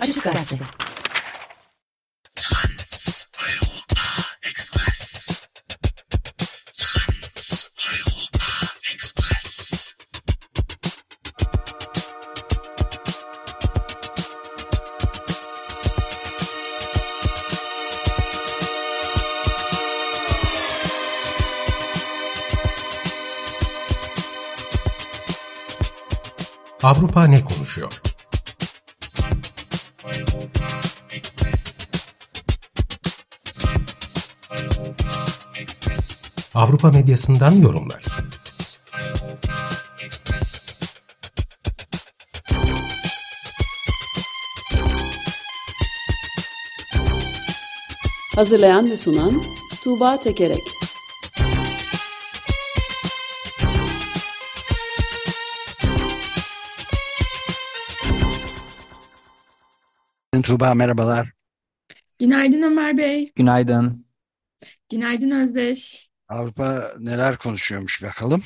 Açık Gazete. Avrupa ne konuşuyor? Avrupa medyasından yorumlar. Hazırlayan ve sunan Tuğba Tekerek. Tuğba, merhabalar. Günaydın Ömer Bey. Günaydın. Günaydın Özdeş. Avrupa neler konuşuyormuş bakalım.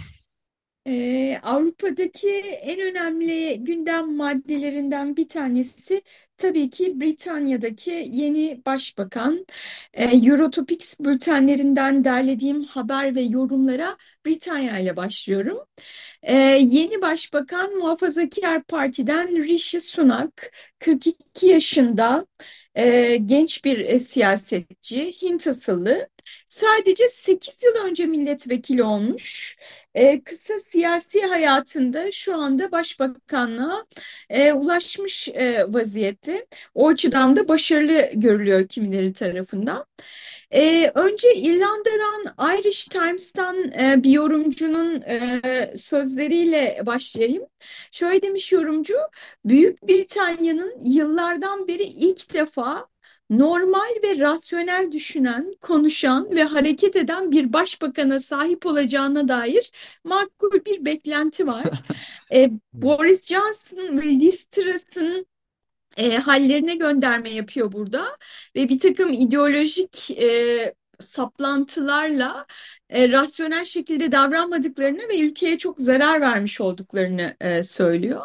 Avrupa'daki en önemli gündem maddelerinden bir tanesi tabii ki Britanya'daki yeni başbakan. Eurotopics bültenlerinden derlediğim haber ve yorumlara Britanya ile başlıyorum. Yeni başbakan Muhafazakar Parti'den Rishi Sunak, 42 yaşında genç bir siyasetçi, Hint asıllı. Sadece 8 yıl önce milletvekili olmuş. Kısa siyasi hayatında şu anda başbakanlığa ulaşmış vaziyette. O açıdan da başarılı görülüyor kimileri tarafından. Önce İrlanda'dan Irish Times'tan bir yorumcunun sözleriyle başlayayım. Şöyle demiş yorumcu, Büyük Britanya'nın yıllardan beri ilk defa normal ve rasyonel düşünen, konuşan ve hareket eden bir başbakana sahip olacağına dair makul bir beklenti var. Boris Johnson ve Liz Truss'ın hallerine gönderme yapıyor burada ve bir takım ideolojik saplantılarla rasyonel şekilde davranmadıklarını ve ülkeye çok zarar vermiş olduklarını söylüyor.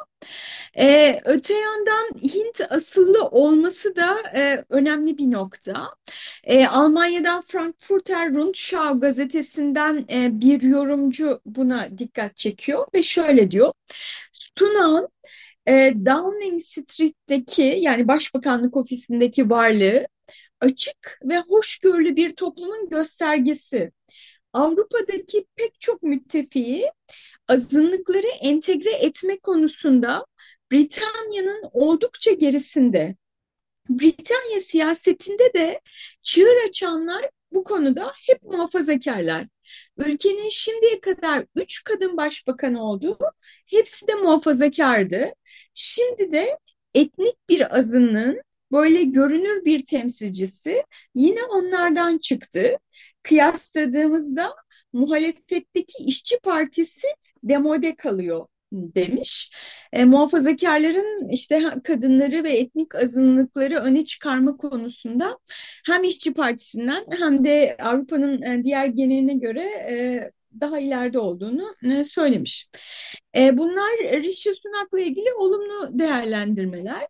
Öte yandan Hint asıllı olması da önemli bir nokta. Almanya'dan Frankfurter Rundschau gazetesinden bir yorumcu buna dikkat çekiyor ve şöyle diyor. Sunak'ın Downing Street'teki yani Başbakanlık ofisindeki varlığı açık ve hoşgörülü bir toplumun göstergesi. Avrupa'daki pek çok müttefiği azınlıkları entegre etme konusunda Britanya'nın oldukça gerisinde. Britanya siyasetinde de çığır açanlar bu konuda hep muhafazakarlar. Ülkenin şimdiye kadar 3 kadın başbakan oldu. Hepsi de muhafazakardı. Şimdi de etnik bir azınlığın böyle görünür bir temsilcisi yine onlardan çıktı. Kıyasladığımızda muhalefetteki İşçi Partisi demode kalıyor demiş. Muhafazakarların işte kadınları ve etnik azınlıkları öne çıkarma konusunda hem İşçi Partisi'nden hem de Avrupa'nın diğer geneline göre daha ileride olduğunu söylemiş. Bunlar Rishi Sunak'la ilgili olumlu değerlendirmeler.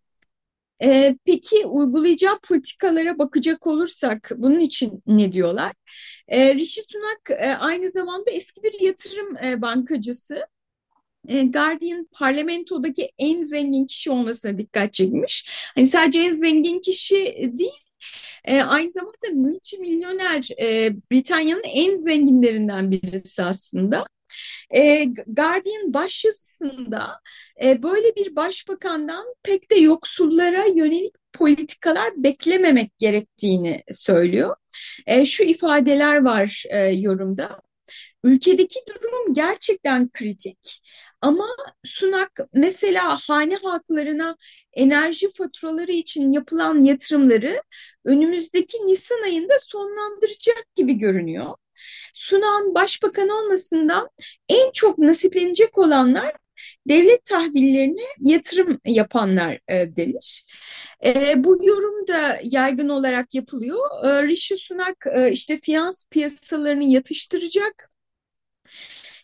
Peki uygulayacağı politikalara bakacak olursak bunun için ne diyorlar? Rishi Sunak aynı zamanda eski bir yatırım bankacısı. Guardian parlamentodaki en zengin kişi olmasına dikkat çekmiş. Hani sadece en zengin kişi değil, aynı zamanda multimilyoner, Britanya'nın en zenginlerinden birisi aslında. Guardian başyazısında böyle bir başbakandan pek de yoksullara yönelik politikalar beklememek gerektiğini söylüyor. Şu ifadeler var yorumda. Ülkedeki durum gerçekten kritik ama Sunak mesela hane halklarına enerji faturaları için yapılan yatırımları önümüzdeki Nisan ayında sonlandıracak gibi görünüyor. Sunak'ın başbakan olmasından en çok nasiplenecek olanlar devlet tahvillerine yatırım yapanlar demiş. Bu yorum da yaygın olarak yapılıyor. Rishi Sunak işte finans piyasalarını yatıştıracak.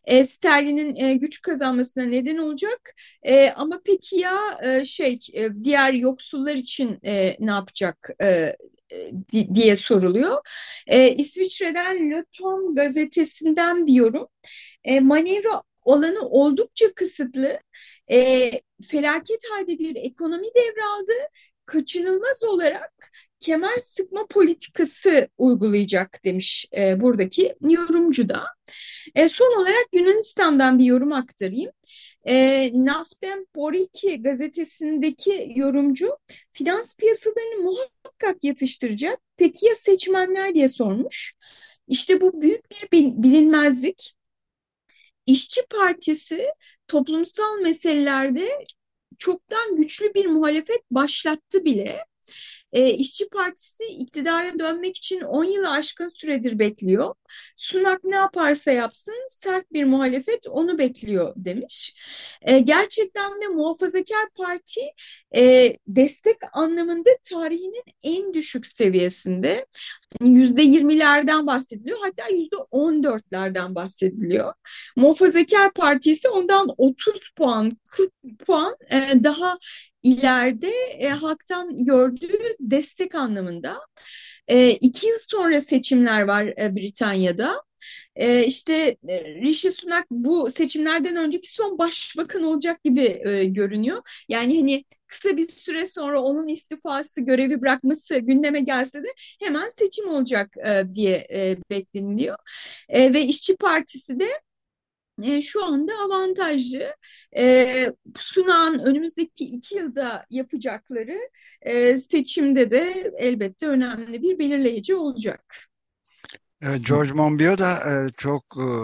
sterlinin güç kazanmasına neden olacak. Ama peki ya diğer yoksullar için ne yapacak diye soruluyor. İsviçre'den Le Temps gazetesinden bir yorum. Manevra alanı oldukça kısıtlı. E, Felaket halde bir ekonomi devraldı. Kaçınılmaz olarak kemer sıkma politikası uygulayacak demiş buradaki yorumcu da. Son olarak Yunanistan'dan bir yorum aktarayım. Naftem Poriki gazetesindeki yorumcu finans piyasalarını muhakkak yatıştıracak. Peki ya seçmenler diye sormuş. İşte bu büyük bir bilinmezlik. İşçi Partisi toplumsal meselelerde çoktan güçlü bir muhalefet başlattı bile. İşçi Partisi iktidara dönmek için 10 yılı aşkın süredir bekliyor. Sunak ne yaparsa yapsın sert bir muhalefet onu bekliyor demiş. Gerçekten de Muhafazakar Parti destek anlamında tarihinin en düşük seviyesinde. %20'lerden bahsediliyor, hatta %14'lerden bahsediliyor. Muhafazakar Partisi ondan 30 puan, 40 puan daha ileride halktan gördüğü destek anlamında. 2 yıl sonra seçimler var Britanya'da. Rishi Sunak bu seçimlerden önceki son başbakan olacak gibi görünüyor. Yani hani kısa bir süre sonra onun istifası, görevi bırakması gündeme gelse de hemen seçim olacak diye bekleniliyor. Ve İşçi Partisi de şu anda avantajlı. Sunağın önümüzdeki 2 yılda yapacakları seçimde de elbette önemli bir belirleyici olacak. Evet, George Monbiot da çok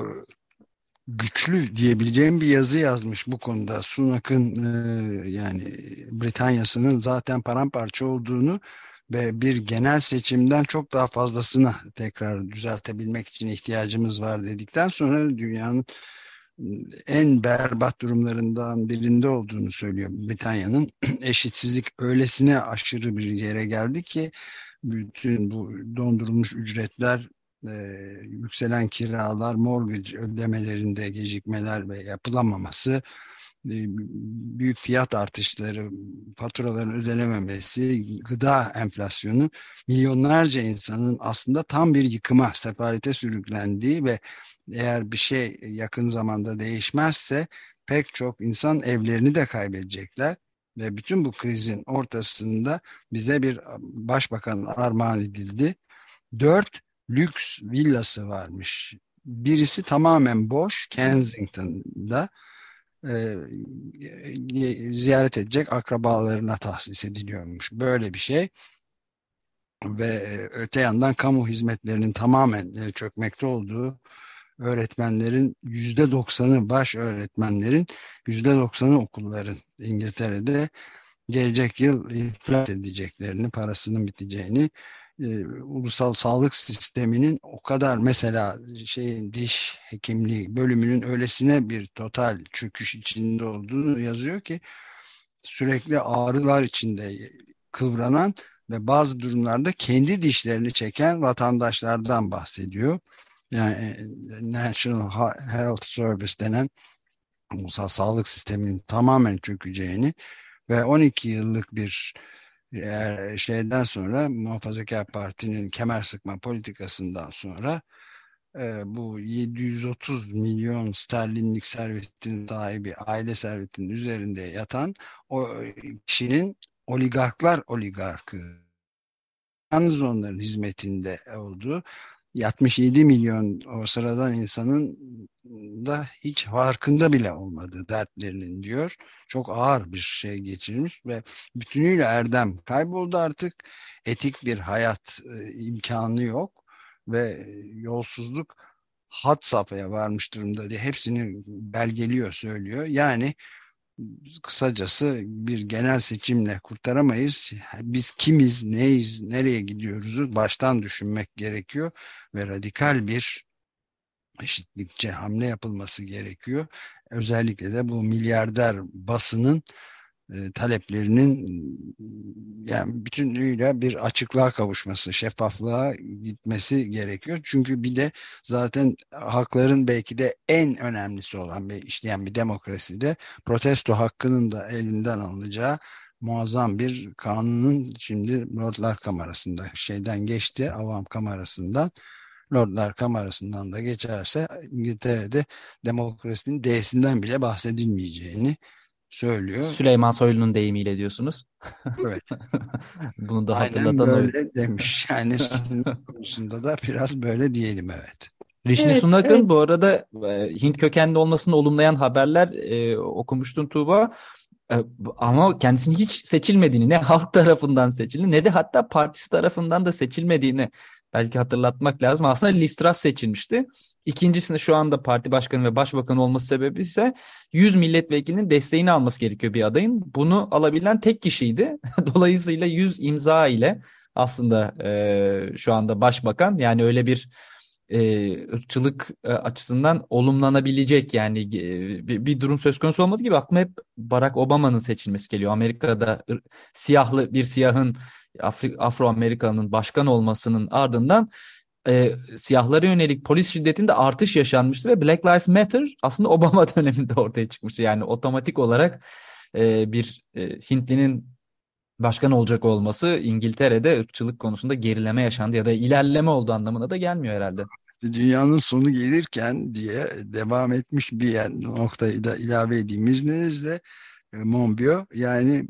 güçlü diyebileceğim bir yazı yazmış bu konuda. Sunak'ın yani Britanya'sının zaten paramparça olduğunu ve bir genel seçimden çok daha fazlasını tekrar düzeltebilmek için ihtiyacımız var dedikten sonra dünyanın en berbat durumlarından birinde olduğunu söylüyor Britanya'nın. Eşitsizlik öylesine aşırı bir yere geldi ki bütün bu dondurulmuş ücretler, e, yükselen kiralar, mortgage ödemelerinde gecikmeler ve yapılamaması, büyük fiyat artışları, faturaların ödenememesi, gıda enflasyonu milyonlarca insanın aslında tam bir yıkıma, sefalete sürüklendiği ve eğer bir şey yakın zamanda değişmezse pek çok insan evlerini de kaybedecekler. Ve bütün bu krizin ortasında bize bir başbakan armağan edildi. 4 lüks villası varmış. Birisi tamamen boş, Kensington'da ziyaret edecek akrabalarına tahsis ediliyormuş. Böyle bir şey. Ve öte yandan kamu hizmetlerinin tamamen çökmekte olduğu, öğretmenlerin %90'ı, baş öğretmenlerin %90'ı okulların İngiltere'de gelecek yıl iflas edeceklerini, parasının biteceğini, ulusal sağlık sisteminin o kadar, mesela diş hekimliği bölümünün öylesine bir total çöküş içinde olduğunu yazıyor ki sürekli ağrılar içinde kıvranan ve bazı durumlarda kendi dişlerini çeken vatandaşlardan bahsediyor. Yani National Health Service denen ulusal sağlık sisteminin tamamen çökeceğini ve 12 yıllık bir şeyden sonra, Muhafazakar Parti'nin kemer sıkma politikasından sonra bu 730 milyon sterlinlik servetin sahibi, aile servetinin üzerinde yatan o kişinin oligarklar oligarkı, yalnız onların hizmetinde olduğu 67 milyon o sıradan insanın da hiç farkında bile olmadığı dertlerinin, diyor. Çok ağır bir şey geçirmiş ve bütünüyle erdem kayboldu artık. Etik bir hayat imkanı yok ve yolsuzluk had safhaya varmış durumda diye hepsini belgeliyor, söylüyor. Yani kısacası bir genel seçimle kurtaramayız. Biz kimiz, neyiz, nereye gidiyoruzu baştan düşünmek gerekiyor ve radikal bir eşitlikçi hamle yapılması gerekiyor. Özellikle de bu milyarder basının taleplerinin yani bütünlüğüyle bir açıklığa kavuşması, şeffaflığa gitmesi gerekiyor. Çünkü bir de zaten hakların belki de en önemlisi olan bir işleyen bir demokraside protesto hakkının da elinden alınacağı muazzam bir kanunun şimdi Lordlar Kamerası'nda şeyden geçti, Avam Kamerası'ndan. Lordlar Kamerası'ndan da geçerse İngiltere'de demokrasinin D'sinden bile bahsedilmeyeceğini söylüyor. Süleyman Soylu'nun deyimiyle diyorsunuz. Evet. Bunu da Aynen hatırlatan o. böyle demiş. Yani sunum konusunda da biraz böyle diyelim, evet. Rishi Evet, Sunak'ın evet. bu arada Hint kökenli olmasını olumlayan haberler okumuştun Tuğba. E, Ama kendisinin hiç seçilmediğini, ne halk tarafından seçildi ne de hatta partisi tarafından da seçilmediğini belki hatırlatmak lazım. Aslında Liz Truss seçilmişti. İkincisinde şu anda parti başkanı ve başbakanı olması sebebi ise 100 milletvekilinin desteğini alması gerekiyor bir adayın. Bunu alabilen tek kişiydi. Dolayısıyla 100 imza ile aslında şu anda başbakan, yani öyle bir ırkçılık açısından olumlanabilecek yani bir durum söz konusu olmadığı gibi aklıma hep Barack Obama'nın seçilmesi geliyor. Amerika'da siyahlı bir siyahın Afro-Amerikan'ın başkan olmasının ardından siyahlara yönelik polis şiddetinde artış yaşanmıştı ve Black Lives Matter aslında Obama döneminde ortaya çıkmıştı. Yani otomatik olarak bir Hintlinin başkan olacak olması İngiltere'de ırkçılık konusunda gerileme yaşandı ya da ilerleme olduğu anlamına da gelmiyor herhalde. Dünyanın sonu gelirken diye devam etmiş bir noktayı da ilave edeyim izninizle. Monbiot, yani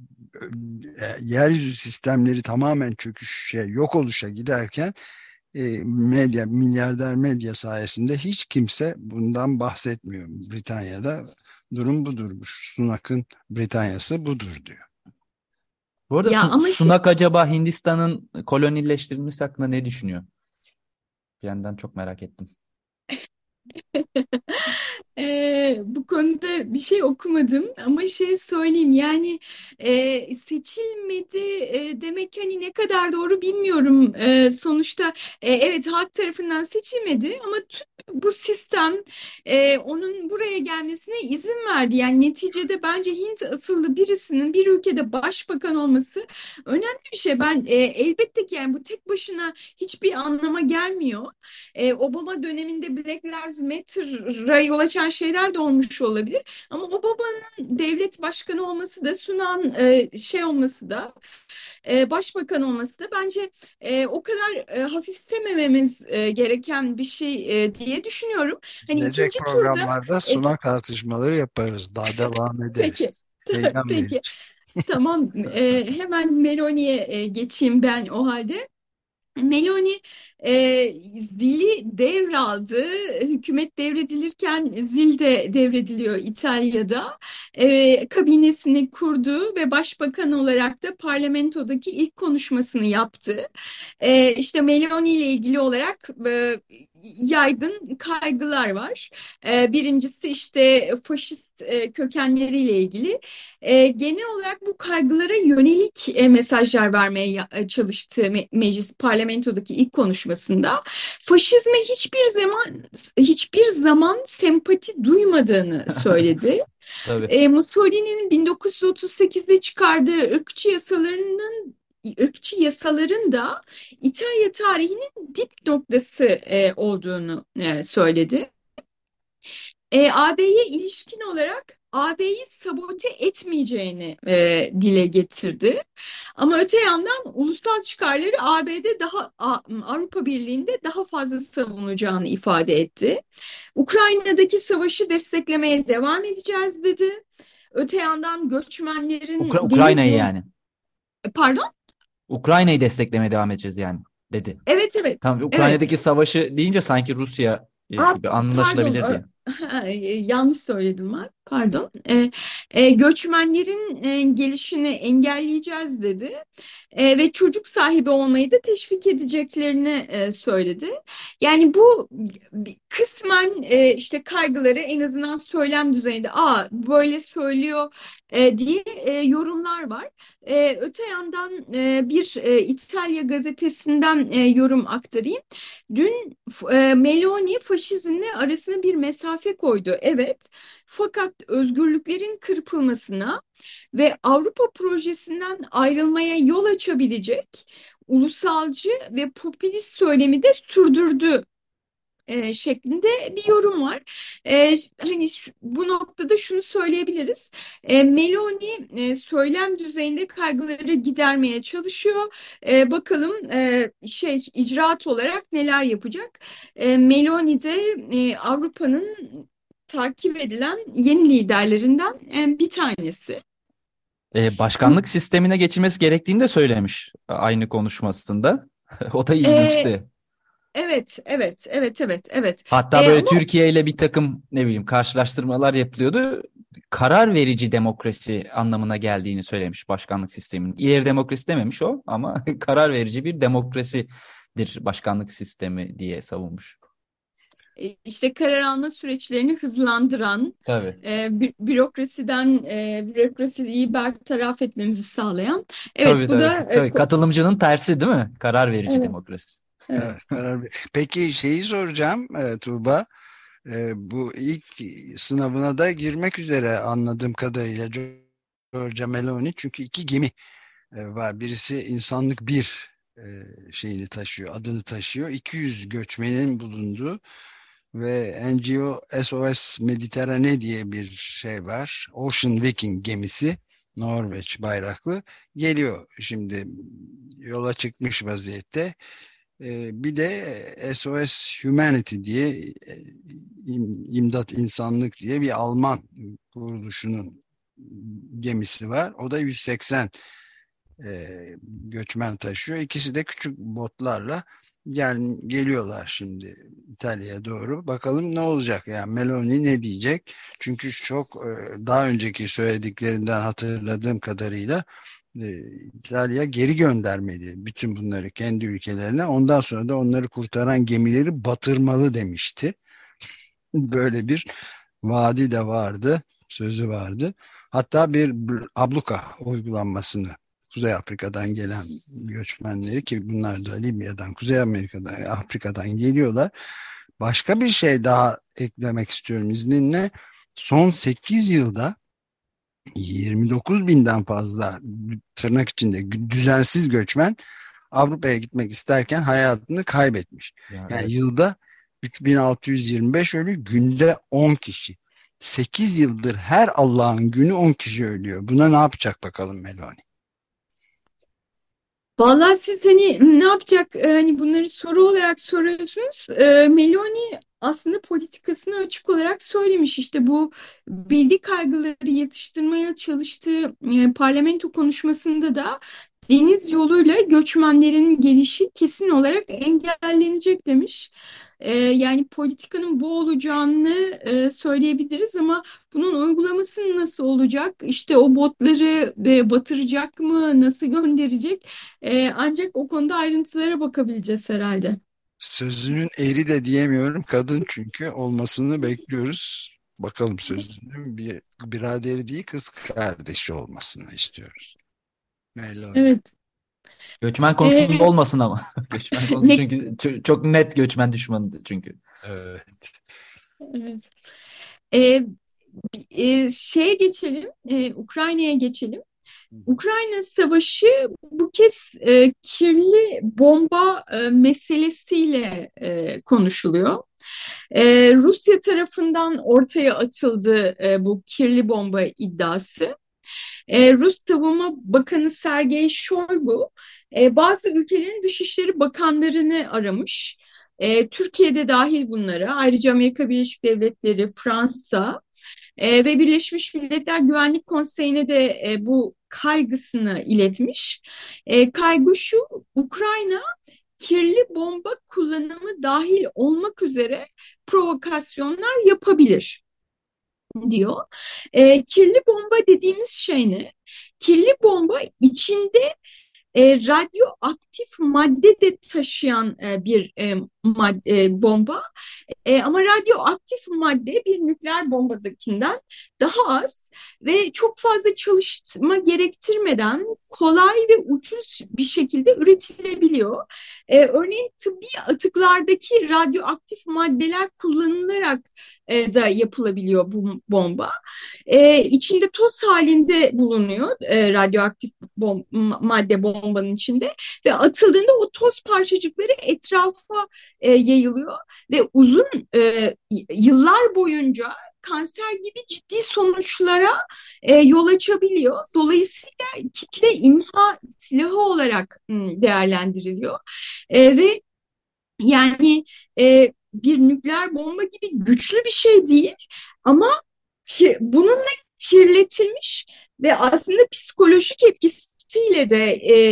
yeryüzü sistemleri tamamen çöküşe, yok oluşa giderken medya, milyarder medya sayesinde hiç kimse bundan bahsetmiyor. Britanya'da durum budurmuş. Sunak'ın Britanya'sı budur diyor. Bu arada Ya ama Sunak acaba Hindistan'ın kolonileştirilmesi hakkında ne düşünüyor? Bir yandan çok merak ettim. Bu konuda bir şey okumadım ama şey söyleyeyim yani seçilmedi demek hani ne kadar doğru bilmiyorum. Sonuçta evet halk tarafından seçilmedi ama tüm bu sistem onun buraya gelmesine izin verdi. Yani neticede bence Hint asıllı birisinin bir ülkede başbakan olması önemli bir şey. Ben elbette ki yani bu tek başına hiçbir anlama gelmiyor. Obama döneminde Black Lives Matter'a yol açan şeyler de olmuş olabilir. Ama Obama'nın devlet başkanı olması da Sunan şey olması da başbakan olması da bence o kadar hafifsemememiz gereken bir şey diye düşünüyorum. Hani Gelecek ikinci turda programlarda e, Sunak tartışmaları yaparız. Daha devam peki ederiz. Heyecan peki verici. tamam hemen Meloni'ye geçeyim ben o halde. Meloni zili devraldı. Hükümet devredilirken zil de devrediliyor İtalya'da. Kabinesini kurdu ve başbakan olarak da parlamentodaki ilk konuşmasını yaptı. İşte Meloni ile ilgili olarak yaygın kaygılar var. Birincisi işte faşist kökenleriyle ilgili. Genel olarak bu kaygılara yönelik mesajlar vermeye çalıştı meclis parlamentodaki ilk konuşmasında. Faşizme hiçbir zaman sempati duymadığını söyledi. Tabii. Mussolini'nin 1938'de çıkardığı ırkçı yasaların da İtalya tarihinin dip noktası olduğunu söyledi. AB'ye ilişkin olarak AB'yi sabote etmeyeceğini dile getirdi. Ama öte yandan ulusal çıkarları Avrupa Birliği'nde daha fazla savunacağını ifade etti. Ukrayna'daki savaşı desteklemeye devam edeceğiz dedi. Öte yandan göçmenlerin deniz Ukrayna'yı yolu... yani. Pardon? Ukrayna'yı desteklemeye devam edeceğiz yani dedi. Evet, evet. Tam Evet. Ukrayna'daki savaşı deyince sanki Rusya gibi Pardon, anlaşılabilir diye. yanlış söyledim ben. Pardon. Göçmenlerin gelişini engelleyeceğiz dedi. Ve çocuk sahibi olmayı da teşvik edeceklerini söyledi. Yani bu kısmen işte kaygıları en azından söylem düzeyinde böyle söylüyor diye yorumlar var. Öte yandan bir İtalya gazetesinden yorum aktarayım. Dün Meloni faşizmle arasına bir mesafe koydu. Evet. Fakat özgürlüklerin kırpılmasına ve Avrupa projesinden ayrılmaya yol açabilecek ulusalcı ve popülist söylemi de sürdürdü şeklinde bir yorum var. Hani bu noktada şunu söyleyebiliriz. Meloni söylem düzeyinde kaygıları gidermeye çalışıyor. Bakalım icraat olarak neler yapacak? Meloni de Avrupa'nın takip edilen yeni liderlerinden bir tanesi. Başkanlık sistemine geçilmesi gerektiğini de söylemiş aynı konuşmasında. O da ilginçti. Evet. Hatta böyle Ama Türkiye ile bir takım ne bileyim karşılaştırmalar yapılıyordu. Karar verici demokrasi anlamına geldiğini söylemiş başkanlık sisteminin. İleri demokrasi dememiş o ama karar verici bir demokrasidir başkanlık sistemi diye savunmuş. işte karar alma süreçlerini hızlandıran, Tabii. bürokrasiyi bertaraf etmemizi sağlayan. Evet, Tabii bu da tabii. Katılımcının tersi değil mi? Karar verici evet, demokrasi. evet. Peki şeyi soracağım Tuğba. Bu ilk sınavına da girmek üzere anladığım kadarıyla Giorgia Meloni, çünkü iki gemi var. Birisi insanlık bir şeyini taşıyor, adını taşıyor. 200 göçmenin bulunduğu ve NGO SOS Mediterrane diye bir şey var. Ocean Viking gemisi, Norveç bayraklı, geliyor şimdi, yola çıkmış vaziyette. Bir de SOS Humanity diye İmdat İnsanlık diye bir Alman kuruluşunun gemisi var. O da 180 göçmen taşıyor. İkisi de küçük botlarla geliyorlar şimdi İtalya'ya doğru. Bakalım ne olacak, yani Meloni ne diyecek? Çünkü çok daha önceki söylediklerinden hatırladığım kadarıyla İtalya geri göndermeli bütün bunları kendi ülkelerine. Ondan sonra da onları kurtaran gemileri batırmalı demişti. Böyle bir vaadi de vardı, sözü vardı. Hatta bir abluka uygulanmasını, Kuzey Afrika'dan gelen göçmenleri, ki bunlar da Libya'dan, Kuzey Amerika'dan, Afrika'dan geliyorlar. Başka bir şey daha eklemek istiyorum izninle. Son 8 yılda 29 binden fazla, tırnak içinde, düzensiz göçmen Avrupa'ya gitmek isterken hayatını kaybetmiş. Ya, Yani evet. yılda 3625 ölü, günde 10 kişi. 8 yıldır her Allah'ın günü 10 kişi ölüyor. Buna ne yapacak bakalım Meloni? Vallahi siz hani ne yapacak, hani bunları soru olarak soruyorsunuz. Meloni aslında politikasını açık olarak söylemiş. İşte bu bilgi kaygıları yatıştırmaya çalıştığı parlamento konuşmasında da deniz yoluyla göçmenlerin gelişi kesin olarak engellenecek demiş. Yani politikanın bu olacağını söyleyebiliriz ama bunun uygulaması nasıl olacak? İşte o botları batıracak mı? Nasıl gönderecek? Ancak o konuda ayrıntılara bakabileceğiz herhalde. Sözünün eri de diyemiyorum, kadın çünkü, olmasını bekliyoruz. Bakalım, sözünün bir biraderi değil, kız kardeşi olmasını istiyoruz. Meloni. Evet. Göçmen konusunda Ee, olmasın ama. Göçmen konusu ne, çünkü çok net göçmen düşmanı çünkü. Evet. evet. Ee, Şeye geçelim, Ukrayna'ya geçelim. Ukrayna Savaşı bu kez kirli bomba meselesiyle konuşuluyor. Rusya tarafından ortaya atıldı bu kirli bomba iddiası. Rus Savunma Bakanı Sergey Shoigu bazı ülkelerin dışişleri bakanlarını aramış. Türkiye'de dahil bunlara, ayrıca Amerika Birleşik Devletleri, Fransa ve Birleşmiş Milletler Güvenlik Konseyi'ne de bu kaygısını iletmiş. Kaygı şu: Ukrayna kirli bomba kullanımı dahil olmak üzere provokasyonlar yapabilir diyor. Kirli bomba dediğimiz şey ne? Kirli bomba içinde radyoaktif madde de taşıyan bir bomba. Ama radyoaktif madde bir nükleer bombadakinden daha az ve çok fazla çalışma gerektirmeden kolay ve ucuz bir şekilde üretilebiliyor. Örneğin tıbbi atıklardaki radyoaktif maddeler kullanılarak da yapılabiliyor bu bomba. İçinde toz halinde bulunuyor radyoaktif madde bombanın içinde ve atıldığında o toz parçacıkları etrafa yayılıyor ve uzun yıllar boyunca kanser gibi ciddi sonuçlara yol açabiliyor. Dolayısıyla kitle imha silahı olarak değerlendiriliyor. Ve yani bir nükleer bomba gibi güçlü bir şey değil ama bununla kirletilmiş ve aslında psikolojik etkisiyle de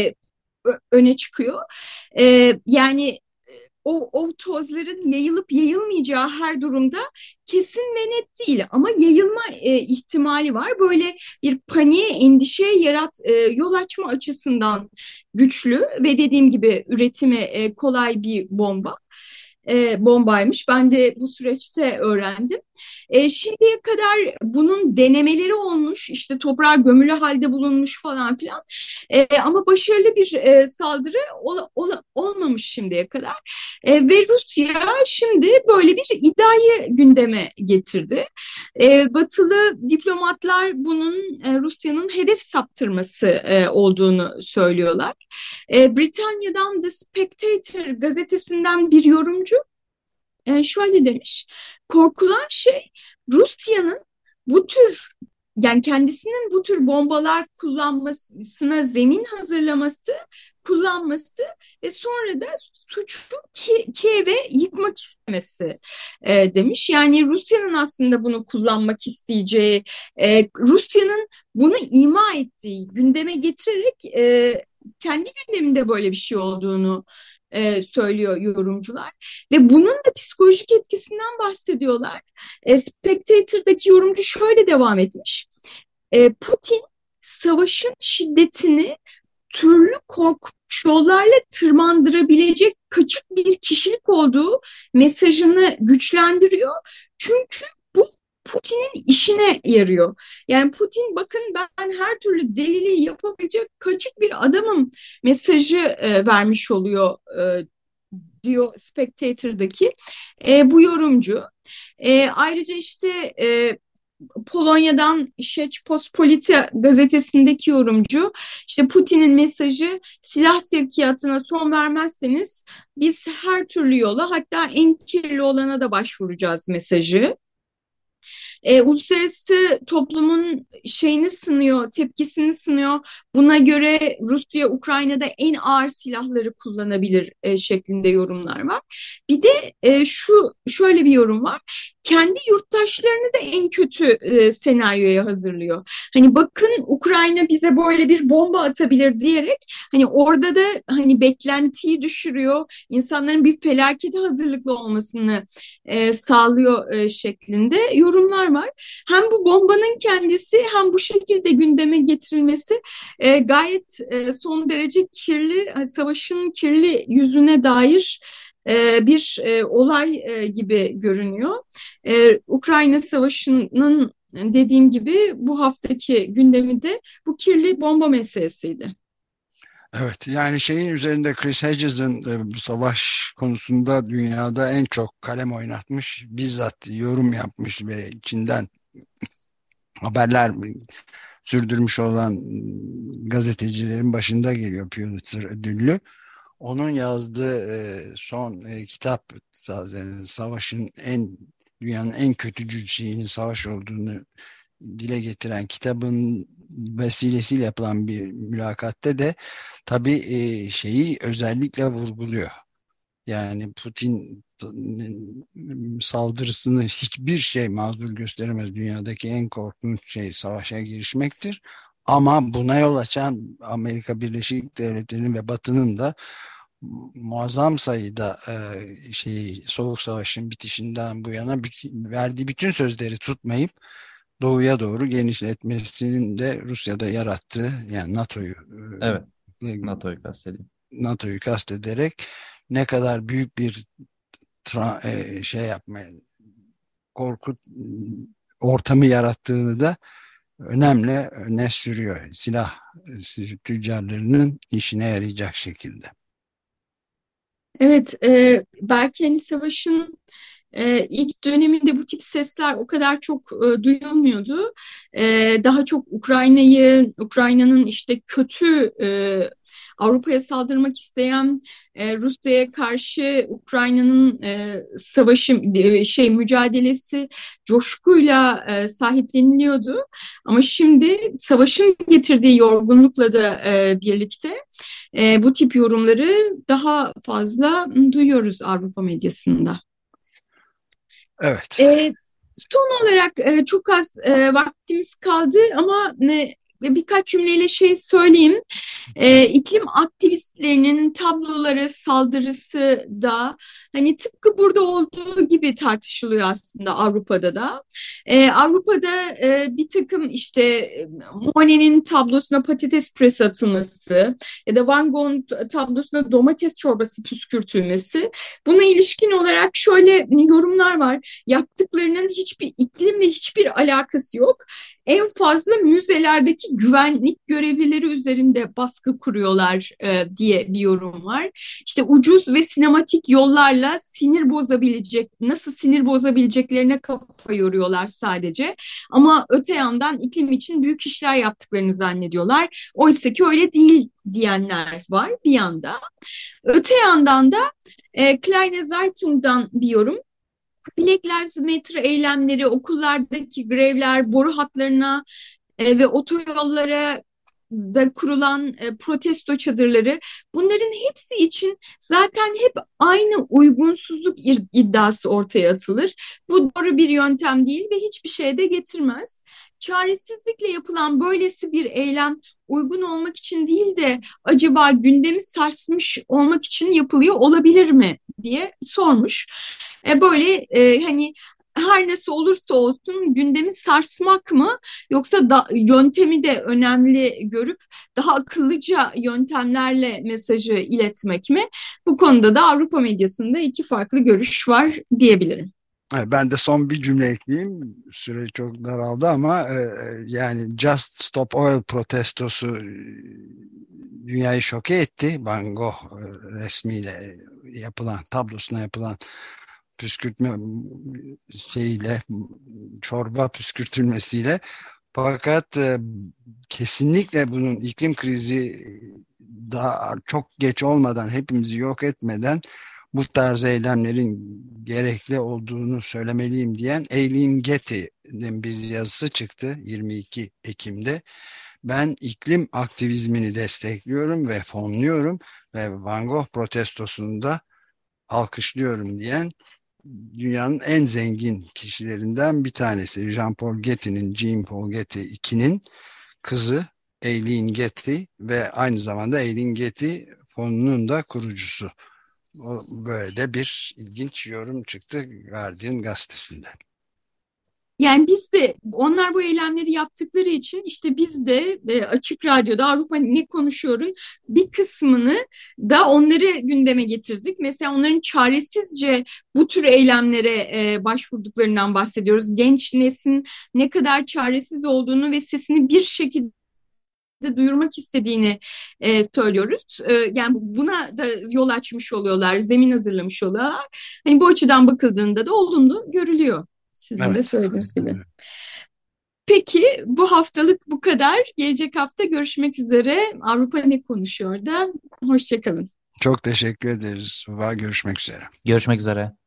öne çıkıyor. Yani o tozların yayılıp yayılmayacağı her durumda kesin ve net değil ama yayılma ihtimali var. Böyle bir paniğe, endişeye yol açma açısından güçlü ve dediğim gibi üretimi kolay bir bombaymış. Ben de bu süreçte öğrendim. Şimdiye kadar bunun denemeleri olmuş, işte toprağa gömülü halde bulunmuş falan filan. Ama başarılı bir saldırı olmamış şimdiye kadar. Ve Rusya şimdi böyle bir iddiayı gündeme getirdi. Batılı diplomatlar bunun Rusya'nın hedef saptırması olduğunu söylüyorlar. Britanya'dan The Spectator gazetesinden bir yorumcu şöyle demiş: korkulan şey Rusya'nın bu tür, yani kendisinin bu tür bombalar kullanmasına zemin hazırlaması, kullanması ve sonra da suçu Kiev'e yıkmak istemesi demiş. Yani Rusya'nın aslında bunu kullanmak isteyeceği, Rusya'nın bunu ima ettiği, gündeme getirerek kendi gündeminde böyle bir şey olduğunu söylüyor yorumcular. Ve bunun da psikolojik etkisinden bahsediyorlar. Spectator'daki yorumcu şöyle devam etmiş: Putin savaşın şiddetini türlü korkunç yollarla tırmandırabilecek kaçık bir kişilik olduğu mesajını güçlendiriyor. Çünkü bu Putin'in işine yarıyor. Yani Putin, bakın ben her türlü deliliği yapabilecek kaçık bir adamım mesajı vermiş oluyor diyor Spectator'daki bu yorumcu. Ayrıca işte Polonya'dan Rzeczpospolita gazetesindeki yorumcu, işte Putin'in mesajı: silah sevkiyatına son vermezseniz biz her türlü yola, hatta en kirli olana da başvuracağız mesajı. Uluslararası toplumun tepkisini sınıyor. Buna göre Rusya Ukrayna'da en ağır silahları kullanabilir şeklinde yorumlar var. Bir de şöyle bir yorum var: kendi yurttaşlarını da en kötü senaryoya hazırlıyor. Hani bakın, Ukrayna bize böyle bir bomba atabilir diyerek hani orada da hani beklentiyi düşürüyor, insanların bir felakete hazırlıklı olmasını sağlıyor şeklinde yorumlar var. Hem bu bombanın kendisi hem bu şekilde gündeme getirilmesi gayet son derece kirli, savaşın kirli yüzüne dair bir olay gibi görünüyor. Ukrayna Savaşı'nın, dediğim gibi, bu haftaki gündemi de bu kirli bomba meselesiydi. Evet, yani şeyin üzerinde Chris Hedges'in bu savaş konusunda dünyada en çok kalem oynatmış, bizzat yorum yapmış ve içinden haberler sürdürmüş olan gazetecilerin başında geliyor, Pulitzer ödüllü. Onun yazdığı son kitap, zaten savaşın dünyanın en kötücül şeyinin savaş olduğunu dile getiren kitabın vesilesiyle yapılan bir mülakatte de tabii şeyi özellikle vurguluyor. Yani Putin saldırısını hiçbir şey mazur gösteremez. Dünyadaki en korkunç şey savaşa girişmektir. Ama buna yol açan Amerika Birleşik Devletleri'nin ve Batı'nın da muazzam sayıda Soğuk Savaş'ın bitişinden bu yana verdiği bütün sözleri tutmayıp doğuya doğru genişletmesinin de Rusya'da yarattığı, yani Evet, NATO'yu kastediyorum. NATO'yu kastederek ne kadar büyük bir şey yapmaya, korku ortamı yarattığını da önemli öne sürüyor. Silah tüccarlarının işine yarayacak şekilde. Evet, belki hani savaşın ilk döneminde bu tip sesler o kadar çok duyulmuyordu. Daha çok Ukrayna'nın işte kötü Avrupa'ya saldırmak isteyen Rusya'ya karşı Ukrayna'nın savaşı mücadelesi coşkuyla sahipleniliyordu. Ama şimdi savaşın getirdiği yorgunlukla da birlikte bu tip yorumları daha fazla duyuyoruz Avrupa medyasında. Evet. Son olarak çok az vaktimiz kaldı ama birkaç cümleyle söyleyeyim. İklim aktivistlerinin tablolara saldırısı da hani tıpkı burada olduğu gibi tartışılıyor aslında Avrupa'da da. Avrupa'da bir takım işte Monet'in tablosuna patates püresi atılması ya da Van Gogh'un tablosuna domates çorbası püskürtülmesi. Buna ilişkin olarak şöyle yorumlar var. Yaptıklarının iklimle hiçbir alakası yok. En fazla müzelerdeki güvenlik görevlileri üzerinde baskı kuruyorlar diye bir yorum var. İşte ucuz ve sinematik yollarla nasıl sinir bozabileceklerine kafa yoruyorlar sadece. Ama öte yandan iklim için büyük işler yaptıklarını zannediyorlar. Oysa ki öyle değil diyenler var bir yanda. Öte yandan da Kleine Zeitung'dan bir yorum. Black Lives Matter eylemleri, okullardaki grevler, boru hatlarına ve otoyollara da kurulan protesto çadırları, bunların hepsi için zaten hep aynı uygunsuzluk iddiası ortaya atılır. Bu doğru bir yöntem değil ve hiçbir şey de getirmez. Çaresizlikle yapılan böylesi bir eylem uygun olmak için değil de acaba gündemi sarsmış olmak için yapılıyor olabilir mi diye sormuş. Böyle hani her nasıl olursa olsun gündemi sarsmak mı yoksa yöntemi de önemli görüp daha akıllıca yöntemlerle mesajı iletmek mi? Bu konuda da Avrupa medyasında iki farklı görüş var diyebilirim. Ben de son bir cümle ekleyeyim. Süre çok daraldı ama yani Just Stop Oil protestosu dünyayı şoke etti. Van Gogh resmiyle yapılan, tablosuna yapılan püskürtme şeyiyle, çorba püskürtülmesiyle. Fakat kesinlikle bunun iklim krizi daha çok geç olmadan, hepimizi yok etmeden bu tarz eylemlerin gerekli olduğunu söylemeliyim diyen Eileen Getty'nin bir yazısı çıktı 22 Ekim'de. Ben iklim aktivizmini destekliyorum ve fonluyorum ve Van Gogh protestosunu da alkışlıyorum diyen dünyanın en zengin kişilerinden bir tanesi. Jean-Paul Getty 2'nin kızı Eileen Getty ve aynı zamanda Eileen Getty fonunun da kurucusu. Böyle de bir ilginç yorum çıktı Guardian gazetesinde. Yani biz de onlar bu eylemleri yaptıkları için işte biz de Açık Radyo'da Avrupa Ne Konuşuyor'un bir kısmını da onları gündeme getirdik. Mesela onların çaresizce bu tür eylemlere başvurduklarından bahsediyoruz. Genç neslin ne kadar çaresiz olduğunu ve sesini bir şekilde duyurmak istediğini söylüyoruz. Yani buna da yol açmış oluyorlar, zemin hazırlamış oluyorlar. Hani bu açıdan bakıldığında da olumlu görülüyor. Sizin de söylediğiniz gibi. Peki bu haftalık bu kadar. Gelecek hafta görüşmek üzere. Avrupa Ne Konuşuyor da. Hoşça kalın. Çok teşekkür ederiz. Görüşmek üzere. Görüşmek üzere.